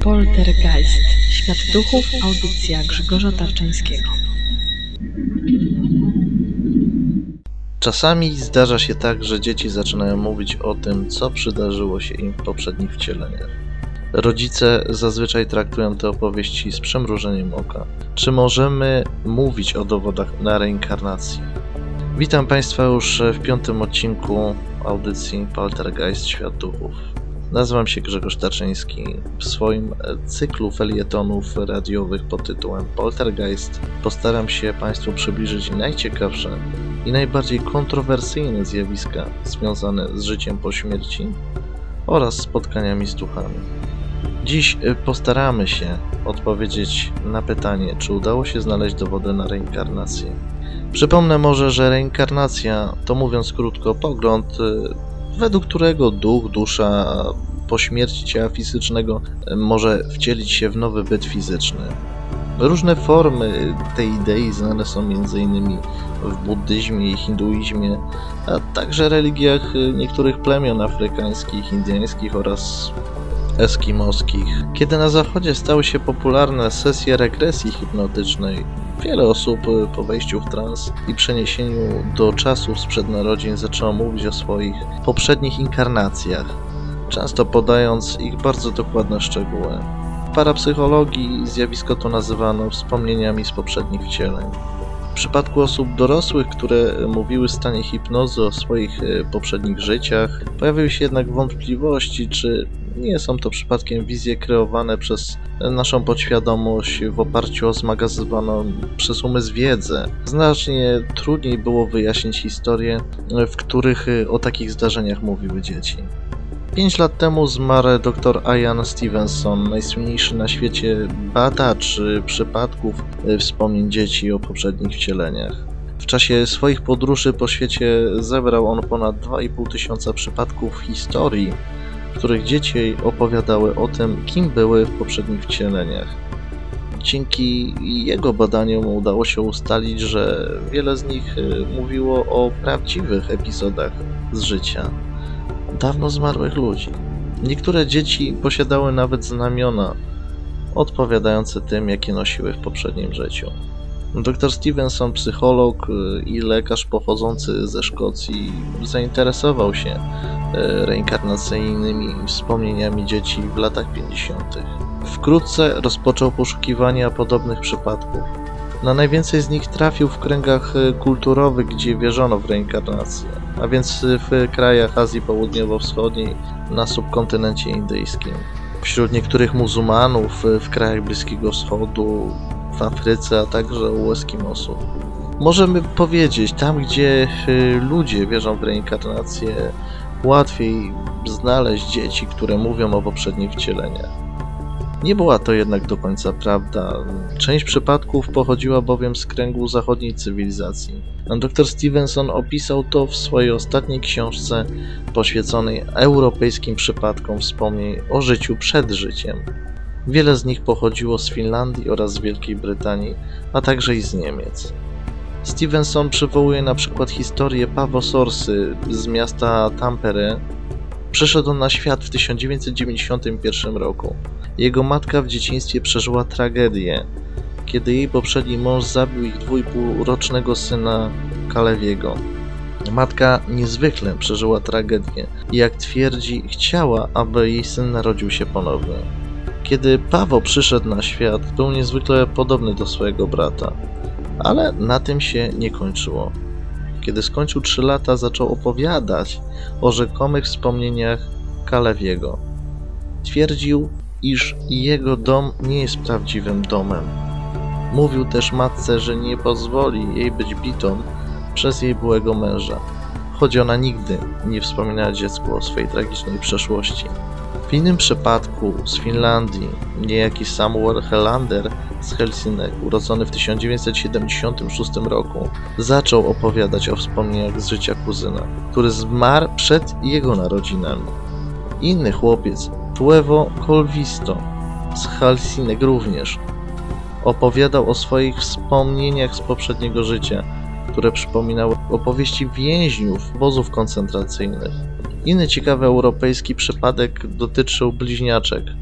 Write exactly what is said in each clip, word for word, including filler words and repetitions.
Poltergeist. Świat duchów. Audycja Grzegorza Tarczyńskiego. Czasami zdarza się tak, że dzieci zaczynają mówić o tym, co przydarzyło się im w poprzednich wcieleniach. Rodzice zazwyczaj traktują te opowieści z przymrużeniem oka. Czy możemy mówić o dowodach na reinkarnację? Witam Państwa już w piątym odcinku audycji Poltergeist Świat Duchów. Nazywam się Grzegorz Tarczyński. W swoim cyklu felietonów radiowych pod tytułem Poltergeist postaram się Państwu przybliżyć najciekawsze i najbardziej kontrowersyjne zjawiska związane z życiem po śmierci oraz spotkaniami z duchami. Dziś postaramy się odpowiedzieć na pytanie, czy udało się znaleźć dowody na reinkarnację. Przypomnę może, że reinkarnacja to, mówiąc krótko, pogląd, według którego duch, dusza po śmierci ciała fizycznego może wcielić się w nowy byt fizyczny. Różne formy tej idei znane są m.in. w buddyzmie i hinduizmie, a także religiach niektórych plemion afrykańskich, indyjskich oraz eskimoskich. Kiedy na zachodzie stały się popularne sesje regresji hipnotycznej, wiele osób po wejściu w trans i przeniesieniu do czasów sprzed narodzin zaczęło mówić o swoich poprzednich inkarnacjach, często podając ich bardzo dokładne szczegóły. W parapsychologii zjawisko to nazywano wspomnieniami z poprzednich wcieleń. W przypadku osób dorosłych, które mówiły w stanie hipnozy o swoich poprzednich życiach, pojawiły się jednak wątpliwości, czy nie są to przypadkiem wizje kreowane przez naszą podświadomość w oparciu o zmagazynowaną przez umysł wiedzę. Znacznie trudniej było wyjaśnić historie, w których o takich zdarzeniach mówiły dzieci. Pięć lat temu zmarł dr Ian Stevenson, najsłynniejszy na świecie badacz przypadków wspomnień dzieci o poprzednich wcieleniach. W czasie swoich podróży po świecie zebrał on ponad dwa i pół tysiąca przypadków historii, w których dzieci opowiadały o tym, kim były w poprzednich wcieleniach. Dzięki jego badaniom udało się ustalić, że wiele z nich mówiło o prawdziwych epizodach z życia dawno zmarłych ludzi. Niektóre dzieci posiadały nawet znamiona odpowiadające tym, jakie nosiły w poprzednim życiu. Doktor Stevenson, psycholog i lekarz pochodzący ze Szkocji, zainteresował się reinkarnacyjnymi wspomnieniami dzieci w latach pięćdziesiątych. Wkrótce rozpoczął poszukiwania podobnych przypadków. Na najwięcej z nich trafił w kręgach kulturowych, gdzie wierzono w reinkarnację, a więc w krajach Azji Południowo-Wschodniej, na subkontynencie indyjskim. Wśród niektórych muzułmanów w krajach Bliskiego Wschodu, w Afryce, a także u Eskimosów. Możemy powiedzieć, tam gdzie ludzie wierzą w reinkarnację, łatwiej znaleźć dzieci, które mówią o poprzednich wcieleniach. Nie była to jednak do końca prawda. Część przypadków pochodziła bowiem z kręgu zachodniej cywilizacji. Dr Stevenson opisał to w swojej ostatniej książce poświęconej europejskim przypadkom wspomnień o życiu przed życiem. Wiele z nich pochodziło z Finlandii oraz z Wielkiej Brytanii, a także i z Niemiec. Stevenson przywołuje na przykład historię Paavo Sorsy z miasta Tampere. Przyszedł on na świat w tysiąc dziewięćset dziewięćdziesiątym pierwszym roku. Jego matka w dzieciństwie przeżyła tragedię, kiedy jej poprzedni mąż zabił ich dwójpółrocznego syna Kalewiego. Matka niezwykle przeżyła tragedię i, jak twierdzi, chciała, aby jej syn narodził się ponownie. Kiedy Paavo przyszedł na świat, był niezwykle podobny do swojego brata, ale na tym się nie kończyło. Kiedy skończył trzy lata, zaczął opowiadać o rzekomych wspomnieniach Kalewiego. Twierdził, iż jego dom nie jest prawdziwym domem. Mówił też matce, że nie pozwoli jej być bitą przez jej byłego męża, choć ona nigdy nie wspominała dziecku o swojej tragicznej przeszłości. W innym przypadku z Finlandii niejaki Samuel Helander z Helsinek, urodzony w tysiąc dziewięćset siedemdziesiątym szóstym roku, zaczął opowiadać o wspomnieniach z życia kuzyna, który zmarł przed jego narodzinami. Inny chłopiec, Tuevo Kolvisto z Helsinek, również opowiadał o swoich wspomnieniach z poprzedniego życia, które przypominały opowieści więźniów obozów koncentracyjnych. Inny ciekawy europejski przypadek dotyczył bliźniaczek,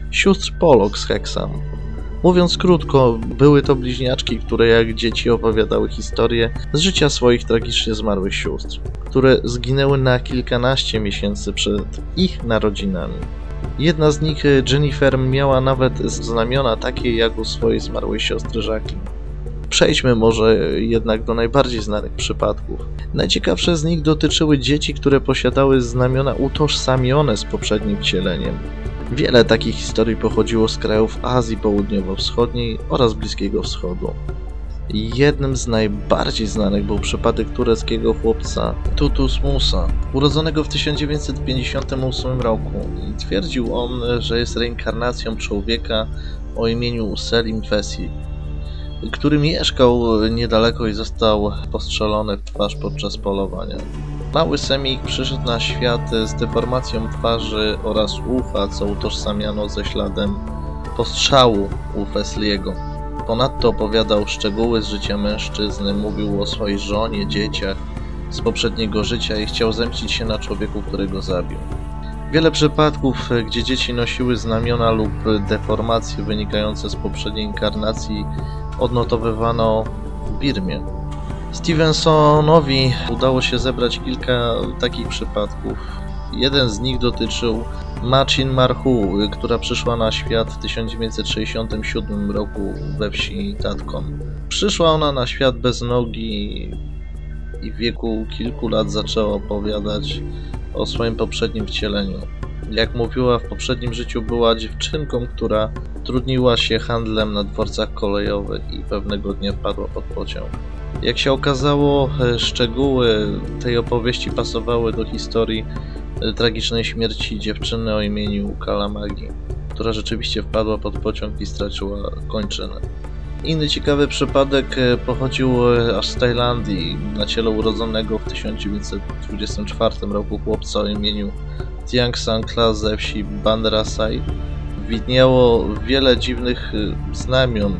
sióstr Pollock z Hexham. Mówiąc krótko, były to bliźniaczki, które jak dzieci opowiadały historię z życia swoich tragicznie zmarłych sióstr, które zginęły na kilkanaście miesięcy przed ich narodzinami. Jedna z nich, Jennifer, miała nawet znamiona takie jak u swojej zmarłej siostry Jacqueline. Przejdźmy może jednak do najbardziej znanych przypadków. Najciekawsze z nich dotyczyły dzieci, które posiadały znamiona utożsamione z poprzednim wcieleniem. Wiele takich historii pochodziło z krajów Azji Południowo-Wschodniej oraz Bliskiego Wschodu. Jednym z najbardziej znanych był przypadek tureckiego chłopca Tutus Musa, urodzonego w tysiąc dziewięćset pięćdziesiątym ósmym roku. Twierdził on, że jest reinkarnacją człowieka o imieniu Selim Fesi, który mieszkał niedaleko i został postrzelony w twarz podczas polowania. Mały Semik przyszedł na świat z deformacją twarzy oraz ucha, co utożsamiano ze śladem postrzału u Fesliego. Ponadto opowiadał szczegóły z życia mężczyzny, mówił o swojej żonie, dzieciach z poprzedniego życia i chciał zemścić się na człowieku, który go zabił. Wiele przypadków, gdzie dzieci nosiły znamiona lub deformacje wynikające z poprzedniej inkarnacji, odnotowywano w Birmie. Stevensonowi udało się zebrać kilka takich przypadków. Jeden z nich dotyczył Machin Marhu, która przyszła na świat w tysiąc dziewięćset sześćdziesiątym siódmym roku we wsi Tatkom. Przyszła ona na świat bez nogi i w wieku kilku lat zaczęła opowiadać o swoim poprzednim wcieleniu. Jak mówiła, w poprzednim życiu była dziewczynką, która trudniła się handlem na dworcach kolejowych i pewnego dnia wpadła pod pociąg. Jak się okazało, szczegóły tej opowieści pasowały do historii tragicznej śmierci dziewczyny o imieniu Kalamagi, która rzeczywiście wpadła pod pociąg i straciła kończynę. Inny ciekawy przypadek pochodził aż z Tajlandii. Na ciele urodzonego w tysiąc dziewięćset dwudziestym czwartym roku chłopca o imieniu Tiang Sangkla ze wsi Bandarasai widniało wiele dziwnych znamion,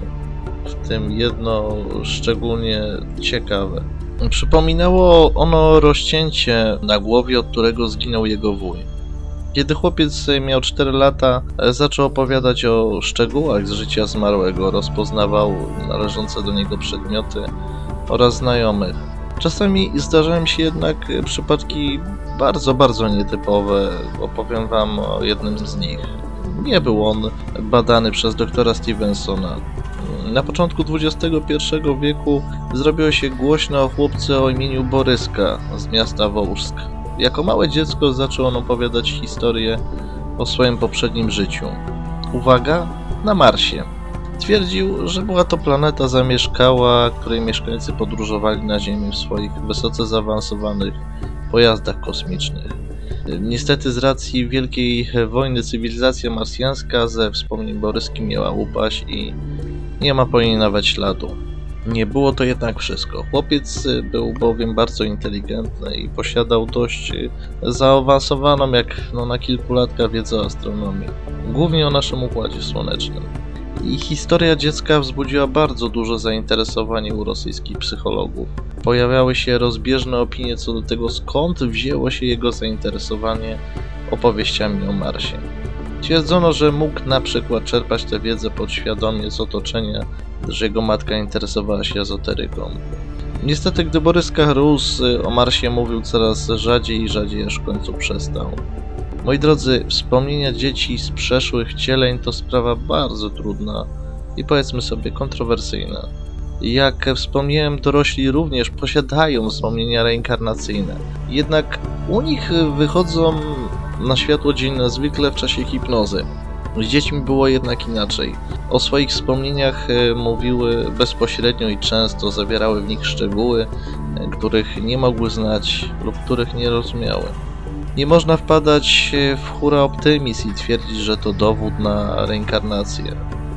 w tym jedno szczególnie ciekawe. Przypominało ono rozcięcie na głowie, od którego zginął jego wuj. Kiedy chłopiec miał cztery lata, zaczął opowiadać o szczegółach z życia zmarłego, rozpoznawał należące do niego przedmioty oraz znajomych. Czasami zdarzają się jednak przypadki bardzo, bardzo nietypowe. Opowiem wam o jednym z nich. Nie był on badany przez doktora Stevensona. Na początku dwudziestego pierwszego wieku zrobiło się głośno o chłopcu o imieniu Boryska z miasta Wołżsk. Jako małe dziecko zaczął on opowiadać historię o swoim poprzednim życiu. Uwaga, na Marsie. Twierdził, że była to planeta zamieszkała, której mieszkańcy podróżowali na Ziemię w swoich wysoce zaawansowanych pojazdach kosmicznych. Niestety z racji wielkiej wojny cywilizacja marsjańska ze wspomnień Boryski miała upaść i nie ma po niej nawet śladu. Nie było to jednak wszystko. Chłopiec był bowiem bardzo inteligentny i posiadał dość zaawansowaną jak no, na kilkulatka wiedzę o astronomii, głównie o naszym Układzie Słonecznym. I historia dziecka wzbudziła bardzo duże zainteresowanie u rosyjskich psychologów. Pojawiały się rozbieżne opinie co do tego, skąd wzięło się jego zainteresowanie opowieściami o Marsie. Twierdzono, że mógł na przykład czerpać tę wiedzę podświadomie z otoczenia, gdyż jego matka interesowała się ezoteryką. Niestety, gdy Boryska rósł, o Marsie mówił coraz rzadziej i rzadziej, aż w końcu przestał. Moi drodzy, wspomnienia dzieci z przeszłych wcieleń to sprawa bardzo trudna i powiedzmy sobie kontrowersyjna. Jak wspomniałem, dorośli również posiadają wspomnienia reinkarnacyjne. Jednak u nich wychodzą na światło dzienne zwykle w czasie hipnozy. Z dziećmi było jednak inaczej. O swoich wspomnieniach mówiły bezpośrednio i często zawierały w nich szczegóły, których nie mogły znać lub których nie rozumiały. Nie można wpadać w hura optymizm i twierdzić, że to dowód na reinkarnację.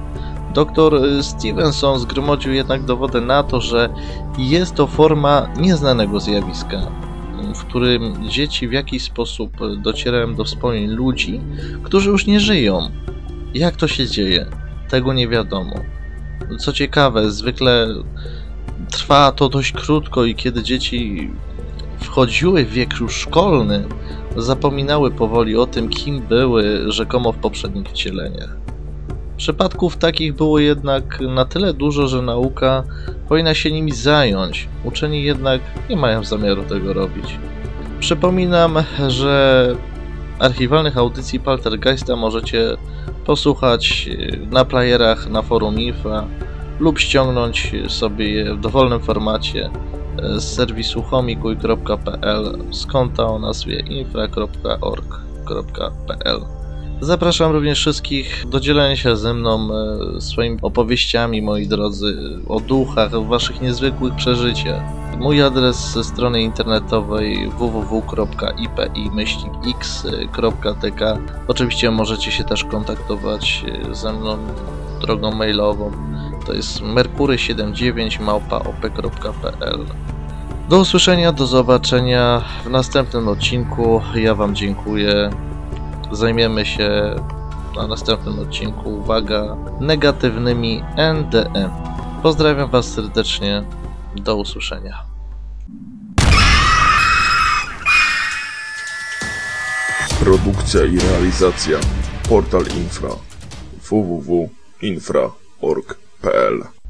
Doktor Stevenson zgromadził jednak dowody na to, że jest to forma nieznanego zjawiska, w którym dzieci w jakiś sposób docierają do wspomnień ludzi, którzy już nie żyją. Jak to się dzieje? Tego nie wiadomo. Co ciekawe, zwykle trwa to dość krótko i kiedy dzieci wchodziły w wiek już szkolny, zapominały powoli o tym, kim były rzekomo w poprzednich wcieleniach. Przypadków takich było jednak na tyle dużo, że nauka powinna się nimi zająć. Uczeni jednak nie mają zamiaru tego robić. Przypominam, że archiwalnych audycji Poltergeista możecie posłuchać na playerach na forum Infra lub ściągnąć sobie je w dowolnym formacie z serwisu homikuj kropka p l z konta o nazwie infra kropka org kropka p l. Zapraszam również wszystkich do dzielenia się ze mną swoimi opowieściami, moi drodzy, o duchach, o waszych niezwykłych przeżyciach. Mój adres ze strony internetowej w w w kropka i p i myślnik x kropka t k. Oczywiście możecie się też kontaktować ze mną drogą mailową. To jest merkury siedemdziesiąt dziewięć małpa o p kropka p l. Do usłyszenia, do zobaczenia w następnym odcinku. Ja wam dziękuję. Zajmiemy się na następnym odcinku, uwaga, negatywnymi N D M. Pozdrawiam was serdecznie. Do usłyszenia. Produkcja i realizacja Portal Infra w w w kropka infra kropka org kropka p l